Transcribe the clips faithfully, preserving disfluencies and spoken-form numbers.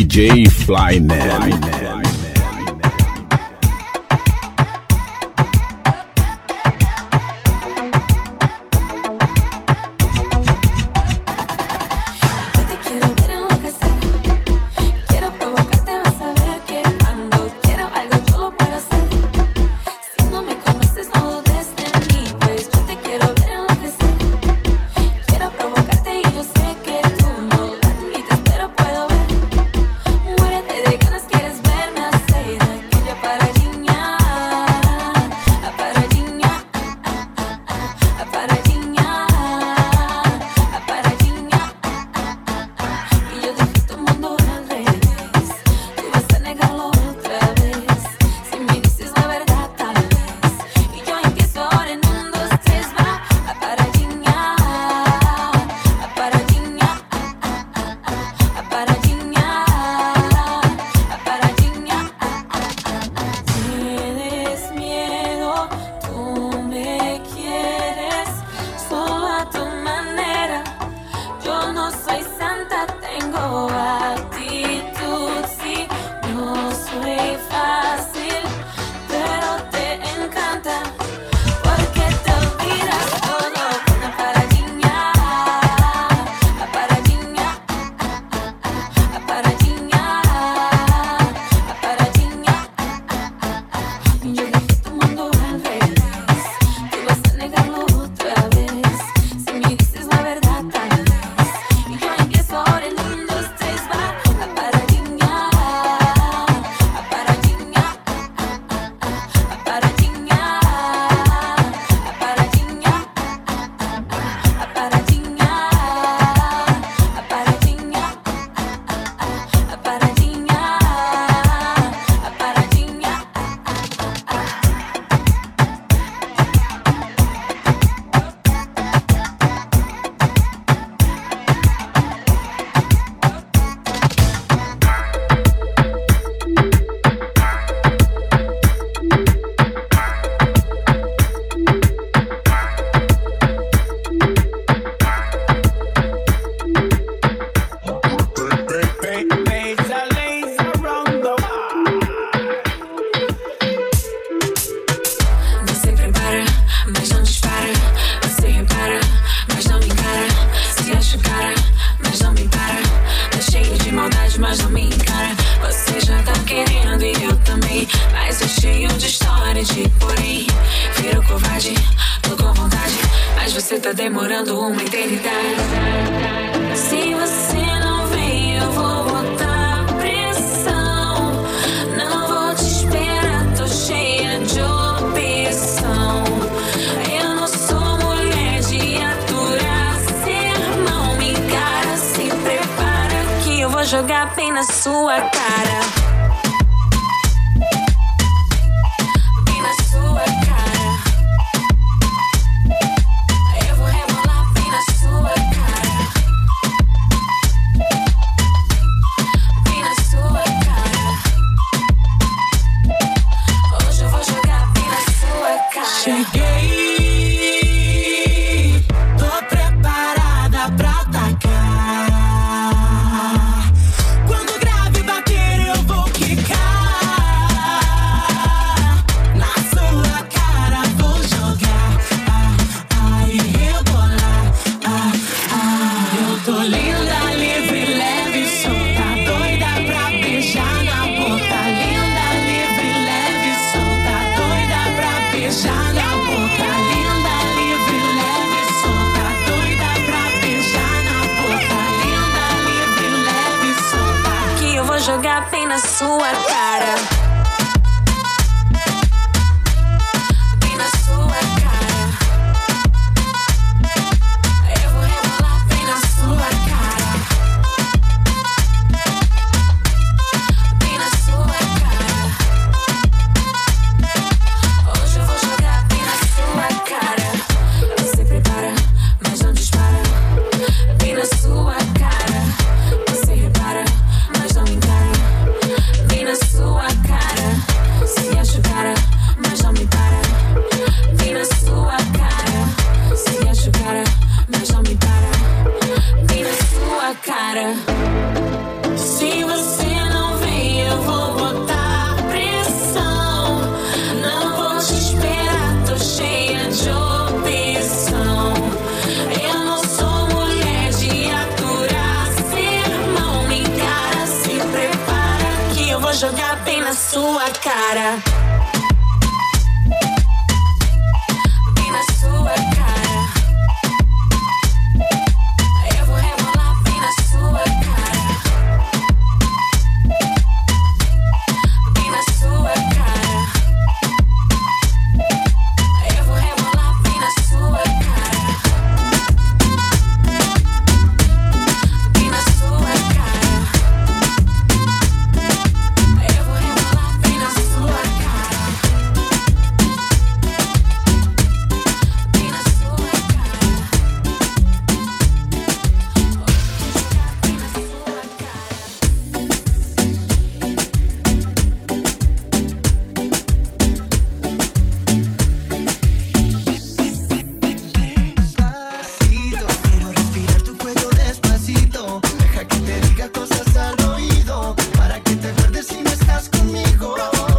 J Flyman. Flyman. Jogar bem na sua cara. Bem na sua cara. Eu vou rebolar bem na sua cara. Bem na sua cara. Hoje eu vou jogar bem na sua cara. Cheguei, tô preparada pra atacar. Jogar bem na sua cara. Bem na sua cara. Eu vou rebolar bem na sua cara. Bem na sua cara. Hoje eu vou jogar bem na sua cara. Você prepara, mas não dispara. Bem na sua cara. Você repara, mas não encara. Bem na sua cara. cara. Vi na sua cara. Eu vou rebolar bem na sua cara. Vi na sua cara. Eu vou rebolar bem na sua cara. Vi na sua cara. Eu vou rebolar bem na sua cara. Bem na sua cara. Bem na sua cara. Despacito, quiero respirar tu cuello despacito. Deja que te diga cosas al oído, para que te acuerdes si no estás conmigo.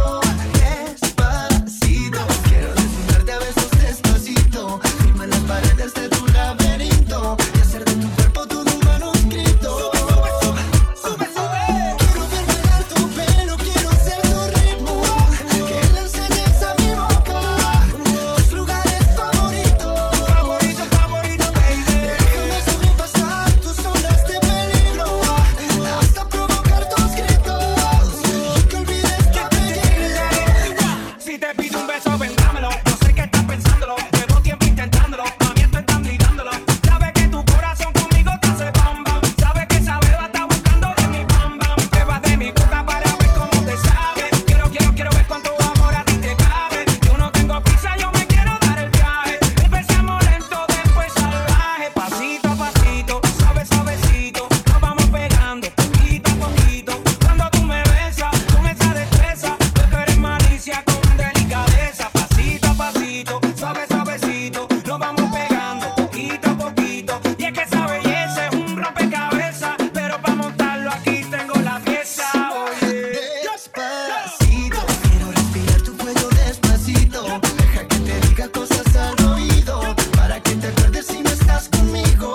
Despacito, quiero desnudarte a besos despacito. Firma en las paredes de tu laberinto y hacer de tu cuerpo todo un manuscrito. Sube, sube. Quiero ver bailar tu pelo, quiero ser tu ritmo. Que le enseñes a mi boca tus lugares favoritos. Favorito, favorito, baby. Déjame sobrepasar tus zonas de peligro, hasta provocar tus gritos y que olvides tu apellido. Si te pido un beso, ven, dámelo. Yo sé que estás pensándolo. Llevo tiempo intentándolo. Mami, esto está mirándolo. Sabes que tu corazón conmigo te hace bam bam. Sabes que esa beba está buscando de mi bam bam. Beba de mi boca para ver cómo te sabe. Quiero, quiero, quiero ver cuánto amor a ti te cabe. Yo no tengo prisa, yo me quiero dar el viaje. Empezamos lento, después salvaje. Pasito a pasito, suave, suavecito. Nos vamos pegando poquito a poquito. Cuando tú me besas con esa destreza, yo tú eres malicia con delicadeza. Pasito a pasito, suave, suavecito. Nos vamos pegando poquito a poquito. Y es que esa belleza es un rompecabezas, pero para montarlo aquí tengo la pieza. Oye. Despacito, quiero respirar tu cuello despacito. Deja que te diga cosas al oído, para que te acuerdes si no estás conmigo.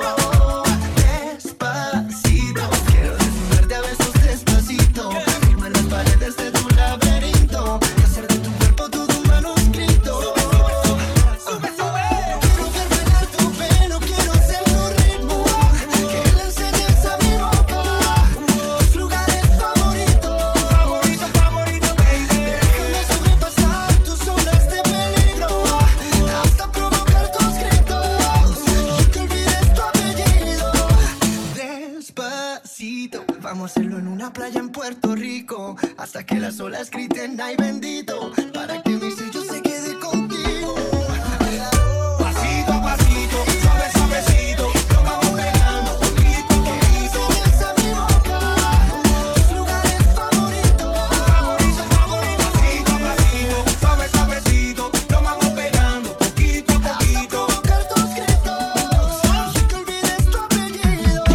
Despacito, quiero desnudarte a besos despacito. Firma en las paredes de tu laberinto y hacer de tu cuerpo todo un manuscrito. Sube, sube. Quiero ver bailar tu pelo, quiero ser tu ritmo. Que le enseñes a mi boca tus lugares favoritos. Favorito, favorito, baby. Déjame sobrepasar tus zonas de peligro, hasta provocar tus gritos y que olvides tu apellido. Despacito, vamos a hacerlo en una playa en Puerto Rico, hasta que las olas griten ay bendito, para que mi sello se quede contigo. Pasito a pasito, suave, suavecito. Nos vamos pegando poquito a poquito. Enseñas a mi boca tus lugares favoritos. Favorito, favorito, pasito a pasito, suave, suavecito. Nos vamos pegando poquito a poquito. Provocar tus gritos y que olvides tu apellido.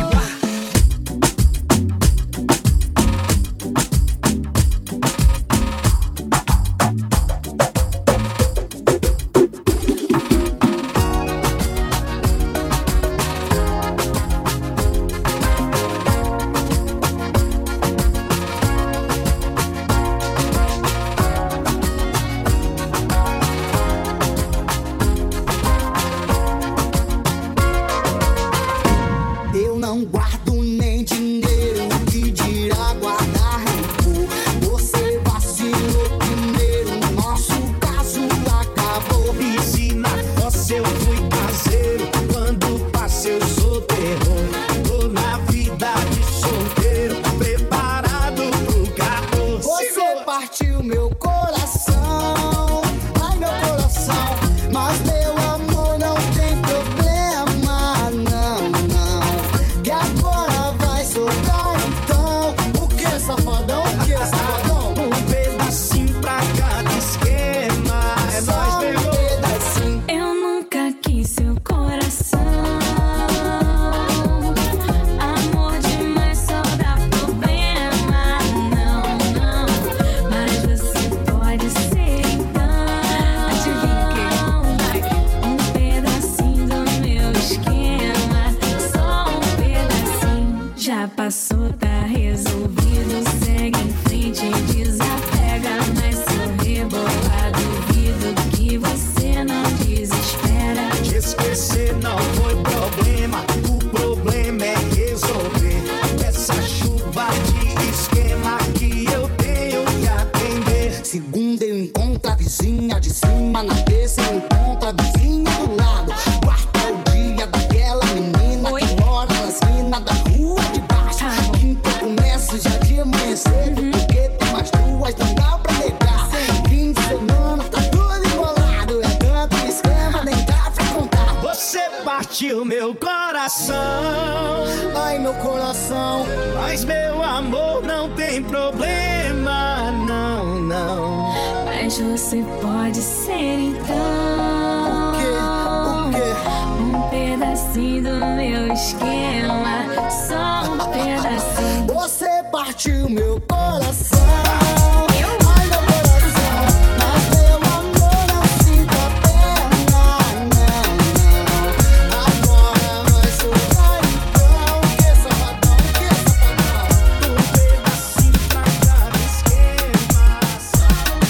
partiu meu coração. Ai, meu coração. Mas meu amor não tem problema, não, não. Mas você pode ser então O quê? O quê? um pedacinho do meu esquema. Só um pedacinho. Você partiu meu coração. Ai, meu coração. Mas meu amor não sinta pena, não, não. Agora vai soltar então. Que safadão, que safadão. Um pedacinho pra cada esquema, só um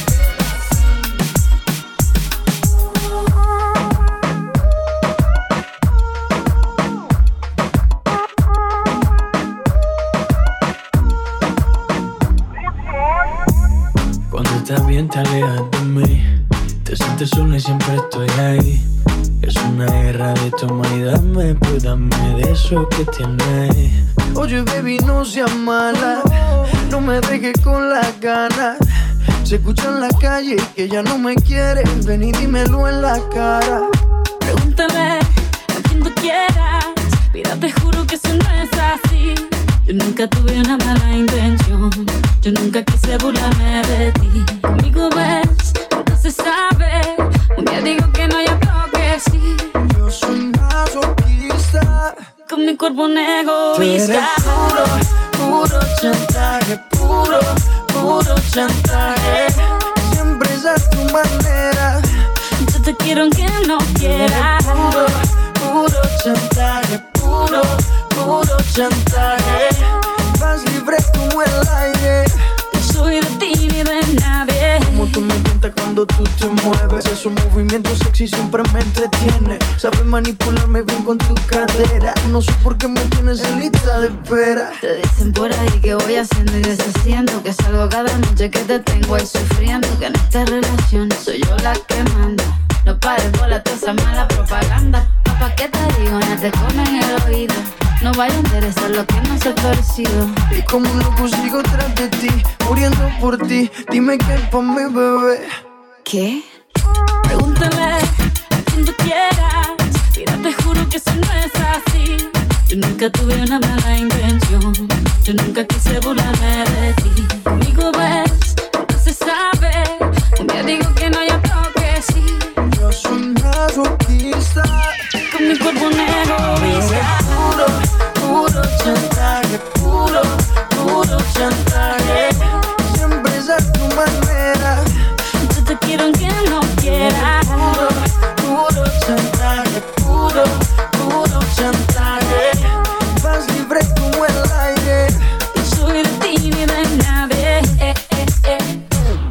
Cuando estás bien te alejas de mí. Te sientes sola y siempre estoy ahí. Es una guerra de toma y dame, pues dame de eso que tienes. Oye baby, no seas mala, no me dejes con las ganas. Se escucha en la calle que ya no me quieres. Ven y dímelo en la cara. Pregúntame a quien tú quieras. Mira, te juro que eso no es así. Yo nunca tuve una mala intención. Yo nunca quise burlarme de ti. Conmigo ves, nunca se sabe. Un día digo que no y otro que sí. Yo soy masoquista. Con mi cuerpo un Tú eres egoísta. puro, puro chantaje. Puro, puro chantaje. Siempre es a tu manera. Yo te quiero aunque no quieras. Puro, puro chantaje. Puro, puro chantaje. Vas libre como el aire. No soy de ti ni de nadie. Como tú me cuentas cuando tú te mueves. Esos movimientos sexy siempre me entretiene. Sabes manipularme bien con tu cadera. No sé por qué me tienes en lista de espera. Te dicen por ahí que voy haciendo y deshaciendo, que salgo cada noche que te tengo ahí sufriendo, que en esta relación soy yo la que manda. No pares bola toda esa mala propaganda. Papá, ¿qué te digo? No te comen el oído. No vaya a interesar lo que no se ha torcido. Y como un loco sigo tras de ti, muriendo por ti. Dime qué es pa' mi bebé. ¿Qué? Pregúntame a quien tú quieras. Mira, te juro que eso no es así. Yo nunca tuve una mala intención. Yo nunca quise burlarme de ti. Conmigo ves, no se sabe. Un día digo que no y otro que sí. Yo soy masoquista. Con mi cuerpo un egoísta. Puro, puro chantaje. Puro, puro chantaje. Siempre es a tu manera. Yo te quiero aunque no quieras. Puro, puro chantaje. Puro, puro chantaje. Vas libre como el aire. No soy de ti ni de nadie. Eh, eh, eh.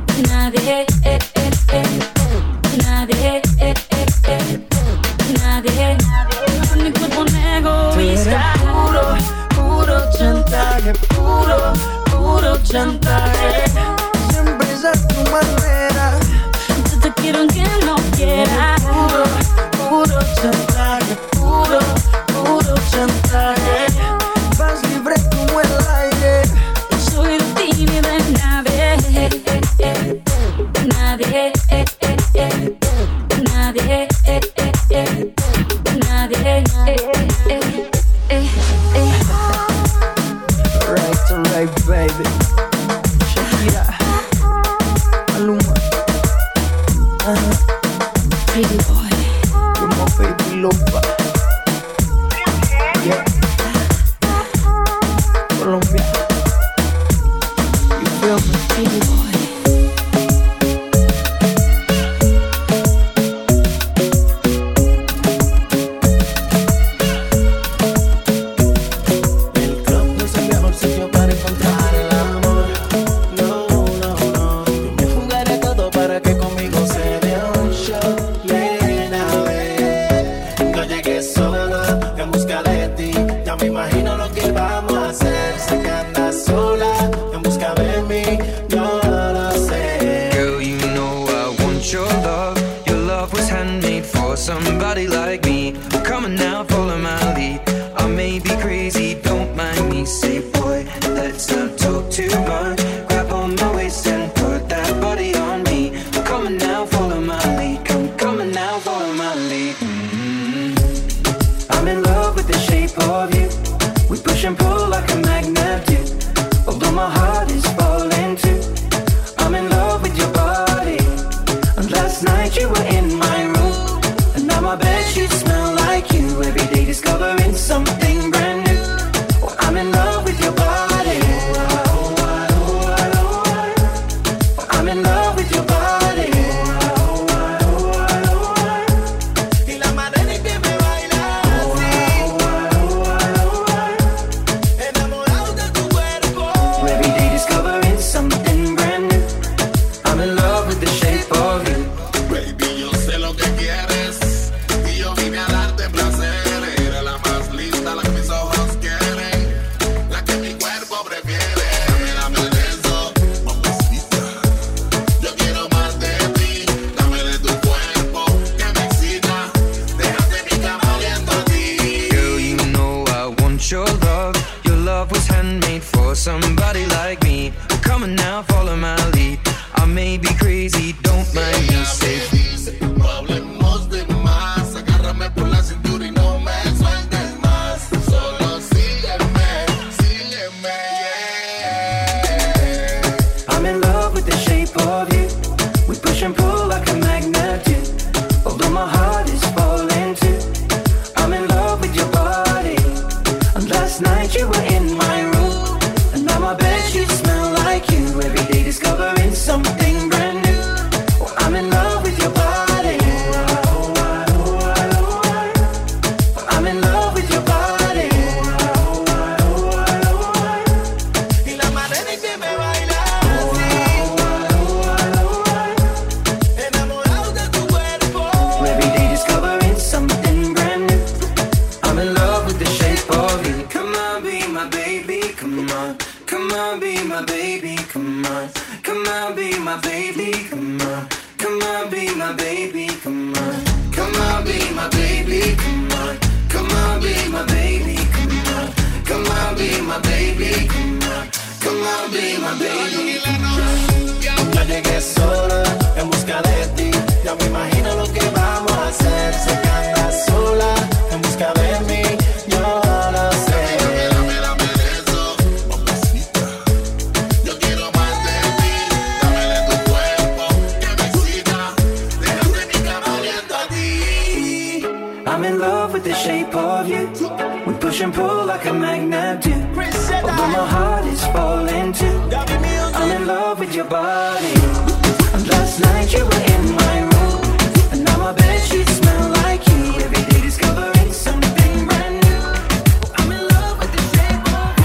Nadie. Eh, eh, eh. Nadie. Eh, eh, eh. Nadie. Con mi cuerpo un egoísta. Puro, puro chantaje. Puro, puro chantaje. Siempre es a tu manera. Yo te quiero aunque no quieras. Puro, puro chantaje. Puro, puro chantaje. Vas libre como el aire. No soy de ti ni de nadie. Eh, eh, eh. Nadie. Eh, eh, eh. Nadie. Eh, eh, eh. Nadie. Eh, eh, eh. Eh, eh. Alright, alright, baby. Shakira, Maluma, uh-huh. Pretty boy. You're my baby loba. Yeah. Colombia. You feel me? Pretty boy. El club no es el mejor sitio para encontrar el amor. No, no, no. Yo me jugaré todo para que conmigo se dé un show. Ven a ver. No llegues solo en busca de ti. Ya me imagino lo que vamos a hacer. Sé que andas sola en busca de mí. Yo lo sé. Girl, you know I want your love. Your love was handmade for somebody like me. Come on now, follow my lead. I may be crazy, don't mind me. Say, boy, let's not talk too much. Grab on my waist and put that body on me. Come on now, follow my lead. Come, come on now, follow my lead. Mm-hmm. of you. We push and pull like a magnet do. Although my heart is falling too, I'm in love with your body. And last night you were in my room, and now my bedsheets smell like you. Every day discovering something brand new. Oh, I'm in love with your body. I'm in love with your body. Y la manera en que me bailas así, enamorado de tu cuerpo. Every day discovering something brand new. I'm in love with the shape of you. Baby, yo sé lo que quieres y yo vine a darte placer. Eres la más linda, la que mis ojos quieren, la que mi cuerpo prefiere. Dame, dame de eso, mamacita. Yo quiero más de ti. Dame de tu cuerpo que me excita. Déjate mi cama oliendo a ti. Girl, you know I want your love. Your love was handmade for somebody like me. Come on now, follow my lead. I may be crazy, don't mind me. Say, No hablemos de más. Agárrame por la cintura y no me sueltes más. Solo sígueme, sígueme, yeah. I'm in love with the shape of you. We push and pull like a magnet do. Although my heart is falling too, I'm in love with your body. And last night you were in my room, and now my bedsheets smell like you. Every day discovering something brand new. Oh, I'm in love with your body. I'm in love with your body. Y la manera en que me bailas así, enamorado de tu cuerpo. Every day discovering something brand new. I'm in love with the shape of you. Come on, be my baby, come on. Come on, be my baby, come on. Come on, be my baby, come on. Come on, be my baby, come on. Come on, be my baby, come on. Come on, be my baby, come on. Come on, be my baby, come on. Come on, be my baby. Ya llegué sola en busca de ti. Ya me imagino lo que vamos a hacer. Sé que andas sola en busca de mí. Yo lo sé. Dame, dame de eso, mamacita. Yo quiero más de ti. Dame de tu cuerpo que me excita. Déjate mi cama oliendo a ti. I'm in love with the shape of you. We push and pull like a magnet do. Although my heart is falling too, I'm in love with your body. And last night you were in my room, and now my bedsheets smell like you. Every day discovering something brand new. I'm in love with the shape of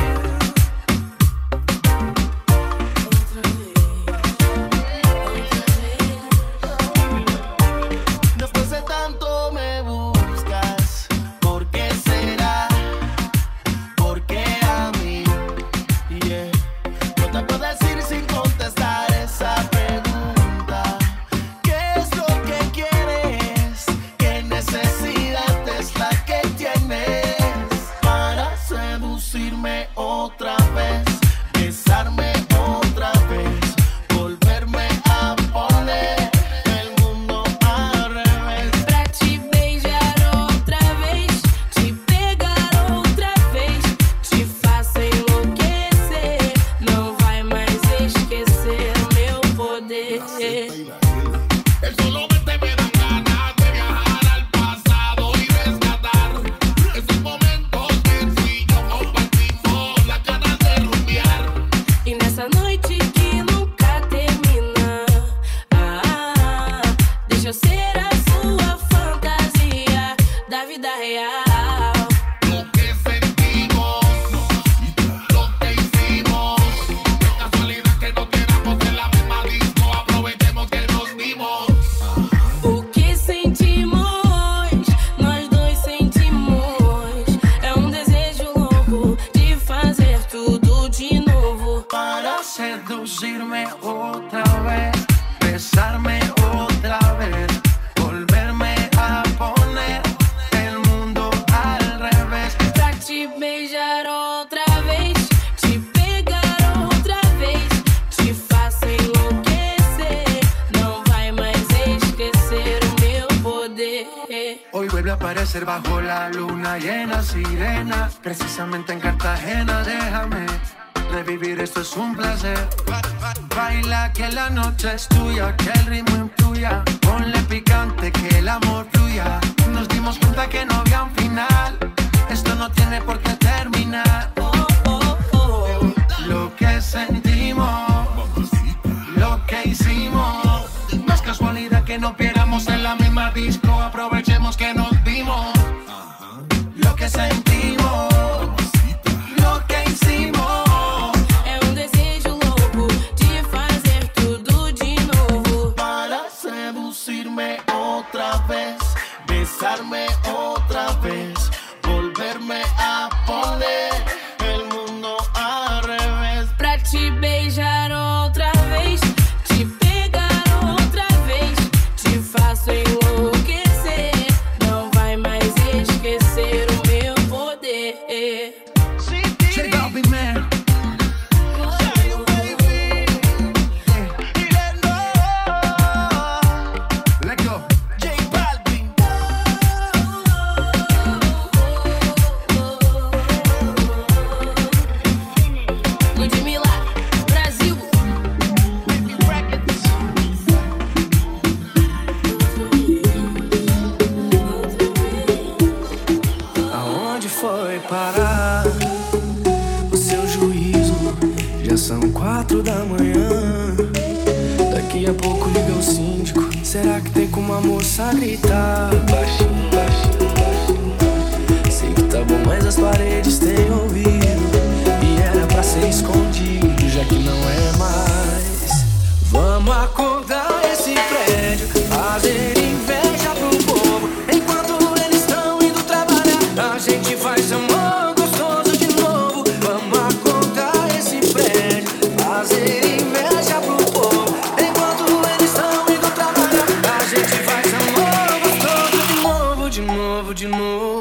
Después de tanto me buscas. ¿Por qué será? ¿Por qué a mí? Yeah. No te puedo decir sin contestar esa pregunta. ¿Qué es lo que quieres? ¿Qué necesidad es la que tienes para seducirme otra vez? Besarme otra vez, volverme a poner el mundo al revés. Pra te beijar outra vez, te pegar outra vez, te faço enlouquecer. Não vai mais esquecer meu poder. El solamente me dan ganas de viajar al pasado y rescatar esos momentos que tú y yo compartimos, las ganas de rumbear. E nessa noite que nunca termina, ah, deixa eu ser a sua fantasia da vida real. Lo que sentimos, lo que hicimos, qué casualidad que nos quedamos en la misma disco, aprovechemos que nos dimos. O que sentimos, nós dois sentimos. É um desejo louco de fazer tudo de novo. para seducirme otra vez, besarme otra vez, volverme a poner el mundo amanecer bajo la luna llena, sirena. Precisamente en Cartagena, déjame revivir, esto es un placer. Baila que la noche es tuya, que el ritmo influya. Ponle picante, que el amor fluya. Nos dimos cuenta que no había un final. Esto no tiene por qué terminar. Oh, oh, oh. Lo que sentimos, lo que hicimos. No es casualidad que nos viéramos en la misma disco. Aprovechemos que nos vimos. Lo que sentimos, lo que hicimos. É um desejo louco de fazer tudo de novo. Para seducirme otra vez, besarme otra vez, volverme a poner el mundo al revés. Pra te beijar outra vez, te pegar outra vez, te faço enlouquecer. Não vai mais esquecer o meu poder. J Balvin, man. Let go. J Balvin. Ludmilla, Brasil. Aonde foi parar o seu juízo? Já são quatro da manhã. Daqui a pouco liga o síndico. Será que tem como a moça gritar? Baixinho, baixinho, baixinho. Sei que tá bom, mas as paredes têm ouvido. E era pra ser escondido, já que não é mais. Vamos acordar esse prédio, fazer inveja pro povo. Enquanto eles estão indo trabalhar, a gente faz amor gostoso de novo. Vamos acordar esse prédio, fazer inveja pro povo. Enquanto eles estão indo trabalhar, a gente faz amor gostoso de novo, de novo, de novo.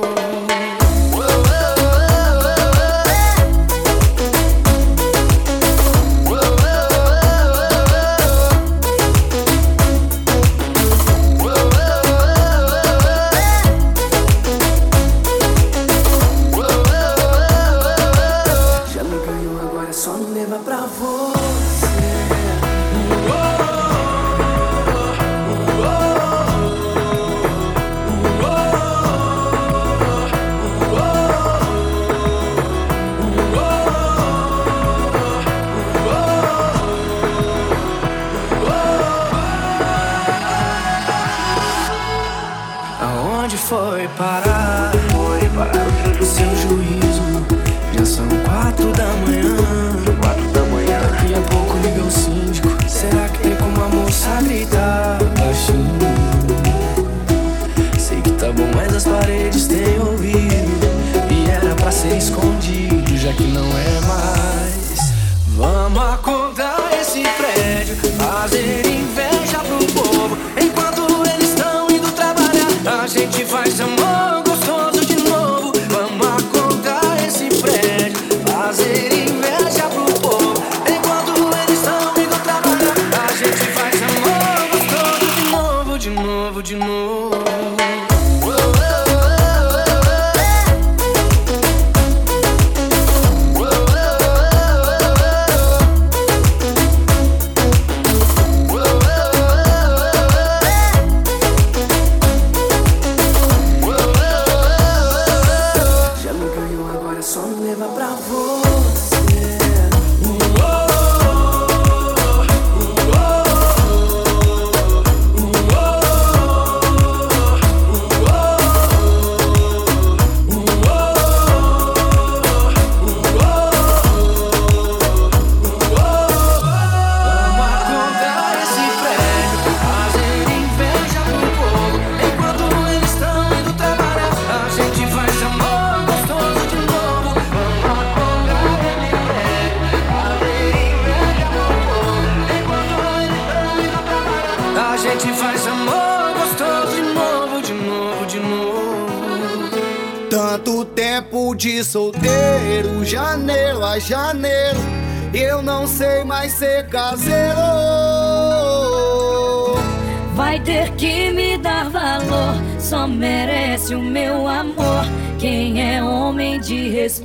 Já me ganhou, agora é só me levar pra você. Aonde foi parar? Foi parar o seu juízo. Já são quatro da manhã. Quatro da manhã. Daqui a pouco liga o síndico. Será que tem como a moça gritar? Baixinho. Sei que tá bom, mas as paredes têm ouvido. E era pra ser escondido, já que não é mais. Vamos acordar esse prédio, fazer inveja pro povo. Enquanto eles estão indo trabalhar, a gente faz amor gostoso de novo. Vamos acordar esse prédio, fazer inveja pro povo. Enquanto eles estão indo trabalhar, a gente faz amor gostoso de novo, de novo, de novo. Já me ganhou, agora é só me levar pra você. Tanto tempo de solteiro, janeiro a janeiro, eu não sei mais ser caseiro. Vai ter que me dar valor, só merece o meu amor. Quem é homem de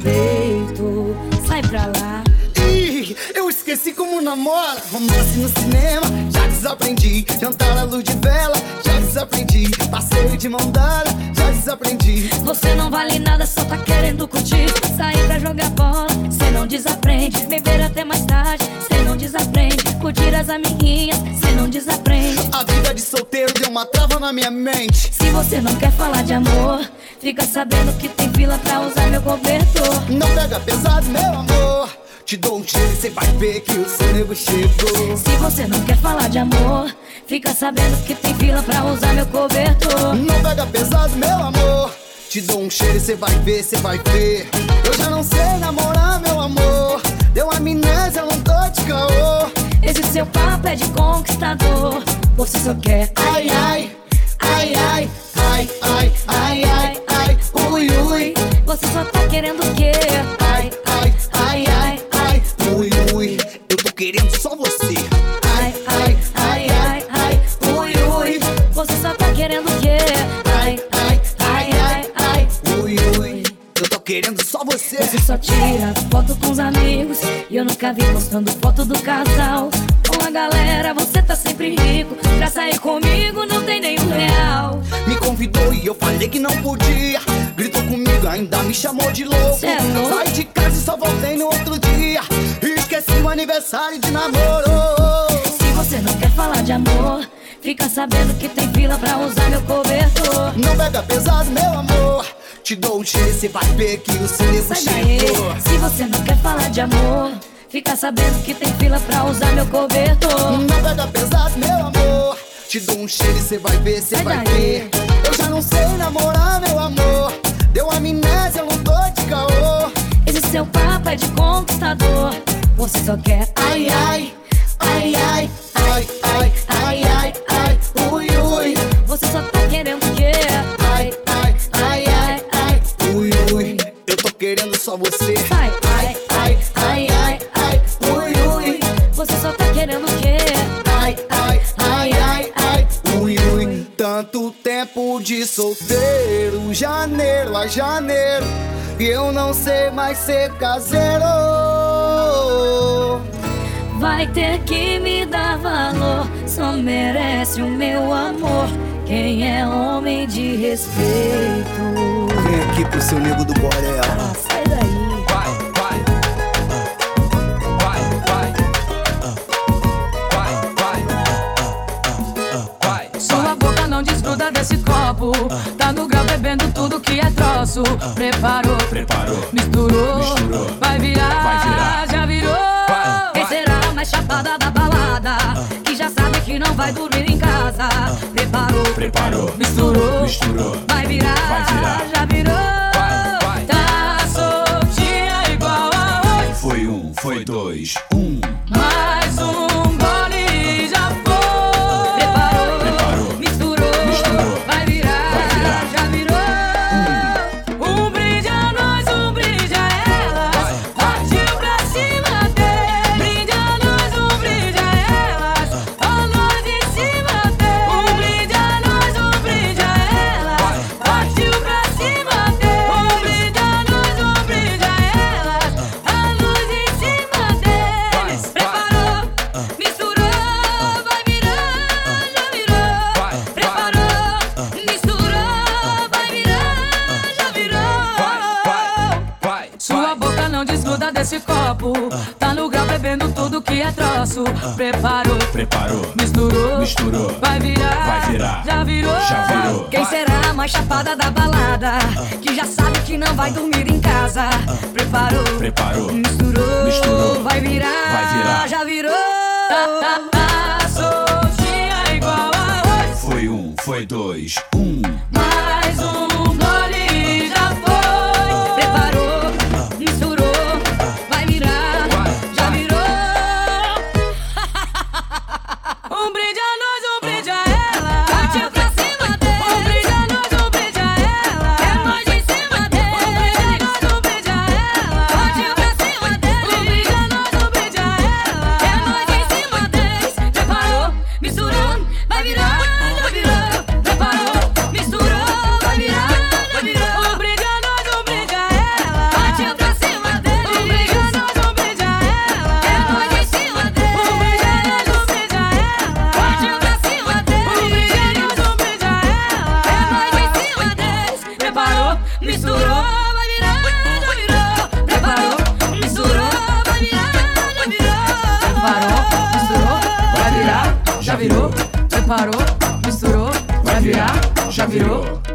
respeito, sai pra lá. Ih, eu esqueci como namora. Romance no cinema, já desaprendi. Jantar à luz de vela, já desaprendi. Passeio de mão dada, já desaprendi. Você não vale nada, só tá querendo curtir. Sair pra jogar bola, cê não desaprende. Beber até mais tarde, cê não desaprende. Curtir as amiguinhas, cê não desaprende. A vida de solteiro deu uma trava na minha mente. Se você não quer falar de amor, fica sabendo que tem fila pra usar meu cobertor. Não pega pesado, meu amor. Te dou um cheiro e cê vai ver que o seu nego chegou. Se você não quer falar de amor, fica sabendo que tem fila pra usar meu cobertor. Não pega pesado, meu amor. Te dou um cheiro e cê vai ver, cê vai ver. Eu já não sei namorar, meu amor. Deu amnésia, não tô de caô. Esse seu papo é de conquistador. Você só quer ai, ai, ai, ai, ai, ai, ai, ai, ai, ui, ui. Você só tá querendo o quê? Ai, ai, ai, ai, ai, ui, ui. Eu tô querendo só você. Ai, ai, ai, ai, ai, ui, ui. Você só tá querendo o quê? Ai, ai, ai, ai, ai, ui, ui. Eu tô querendo só você. Você só tira foto com os amigos e eu nunca vi postando foto do casal. Com a galera você tá sempre rico. Pra sair comigo não tem nenhum real. Me convidou e eu falei que não podia. Gritou comigo, ainda me chamou de louco. Cê é louco? Saí de casa e só voltei no outro dia. E esqueci o aniversário de namoro. Se você não quer falar de amor, fica sabendo que tem fila pra usar meu cobertor. Não pega pesado, meu amor. Te dou um cheiro e cê vai ver que o seu nego Sai daí. chegou. Se você não quer falar de amor, fica sabendo que tem fila pra usar meu cobertor. Não pega pesado, meu amor. Te dou um cheiro e cê vai ver, cê Sai vai daí. ver. Eu já não sei namorar, meu amor. Deu amnésia, eu não tô de caô. Esse seu papo é de conquistador. Você só quer Ai, ai, ai, ai, ai, ai, ai, ai, ai, ui, ui. Você só tá querendo o quê? Ai, ai, ai, ai, ai, ui, ui. Eu tô querendo só você. Sai. Ai, ai, ai, ai, ai, ui, ui. Você só tá querendo o quê? Ai, ai, ai, ai, ai, ui, ui. Tanto tempo de solteiro, janeiro a janeiro, e eu não sei mais ser caseiro. Vai ter que me dar valor, só merece o meu amor. Quem é homem de respeito. Vem aqui pro seu nego do Borel. Sai daí. Vai, vai. Vai, vai. Vai, vai. Vai. Sua boca não desgruda desse copo. Tá no grau bebendo tudo que é troço. Preparou, Preparou, misturou, misturou. vai virar, Vai virar. já virou. Vai. Quem será a mais chapada da balada? Que já sabe que não vai dormir em casa. Preparou, Preparou, Misturou, misturou. vai virar, Vai virar. já virou. Vai, vai. Tá soltinha igual a hoje. Foi um, foi dois, um. Mais um gole já foi. preparou, Preparou, misturou, misturou. vai virar, Vai virar. já virou. Um brinde a nós, um brinde a elas. Partiu pra cima dele. Brinde a nós, um brinde a elas. A nós em cima dele. Um brinde a nós, um brinde a elas. Partiu pra cima dele. Um brinde a nós, um brinde a elas. A luz em cima deles. Preparou, misturou, vai virar, já virou. Preparou, misturou, vai virar, já virou. Vai, Sua boca não desgruda desse copo. Tá no grau bebendo tudo que é troço. Preparou, Preparou, misturou, misturou. vai virar, Vai virar, já virou. já virou. Quem será a mais chapada da balada? Que já sabe que não vai dormir em casa. Preparou, Preparou, misturou, misturou. vai virar, Vai virar. já virou. Tá, tá, tá soltinha igual a hoje. foi um, foi dois, um. Mais um gole já foi. Preparou, misturou, vai virar, já virou. Um brinde a nós, um brinde a ela. Partiu pra cima dele. Um brinde a nós, um brinde a ela. É nós em cima Um brinde a dele. nós, um brinde a ela. Partiu pra cima Um dele. brinde a nós, um brinde a ela. É nós em cima deles. Preparou, misturou, vai virar, misturou, vai virar, já virou. Preparou, misturou, vai virar, já virou. Preparou, misturou, vai virar, já virou. Preparou, misturou, vai virar, já virou.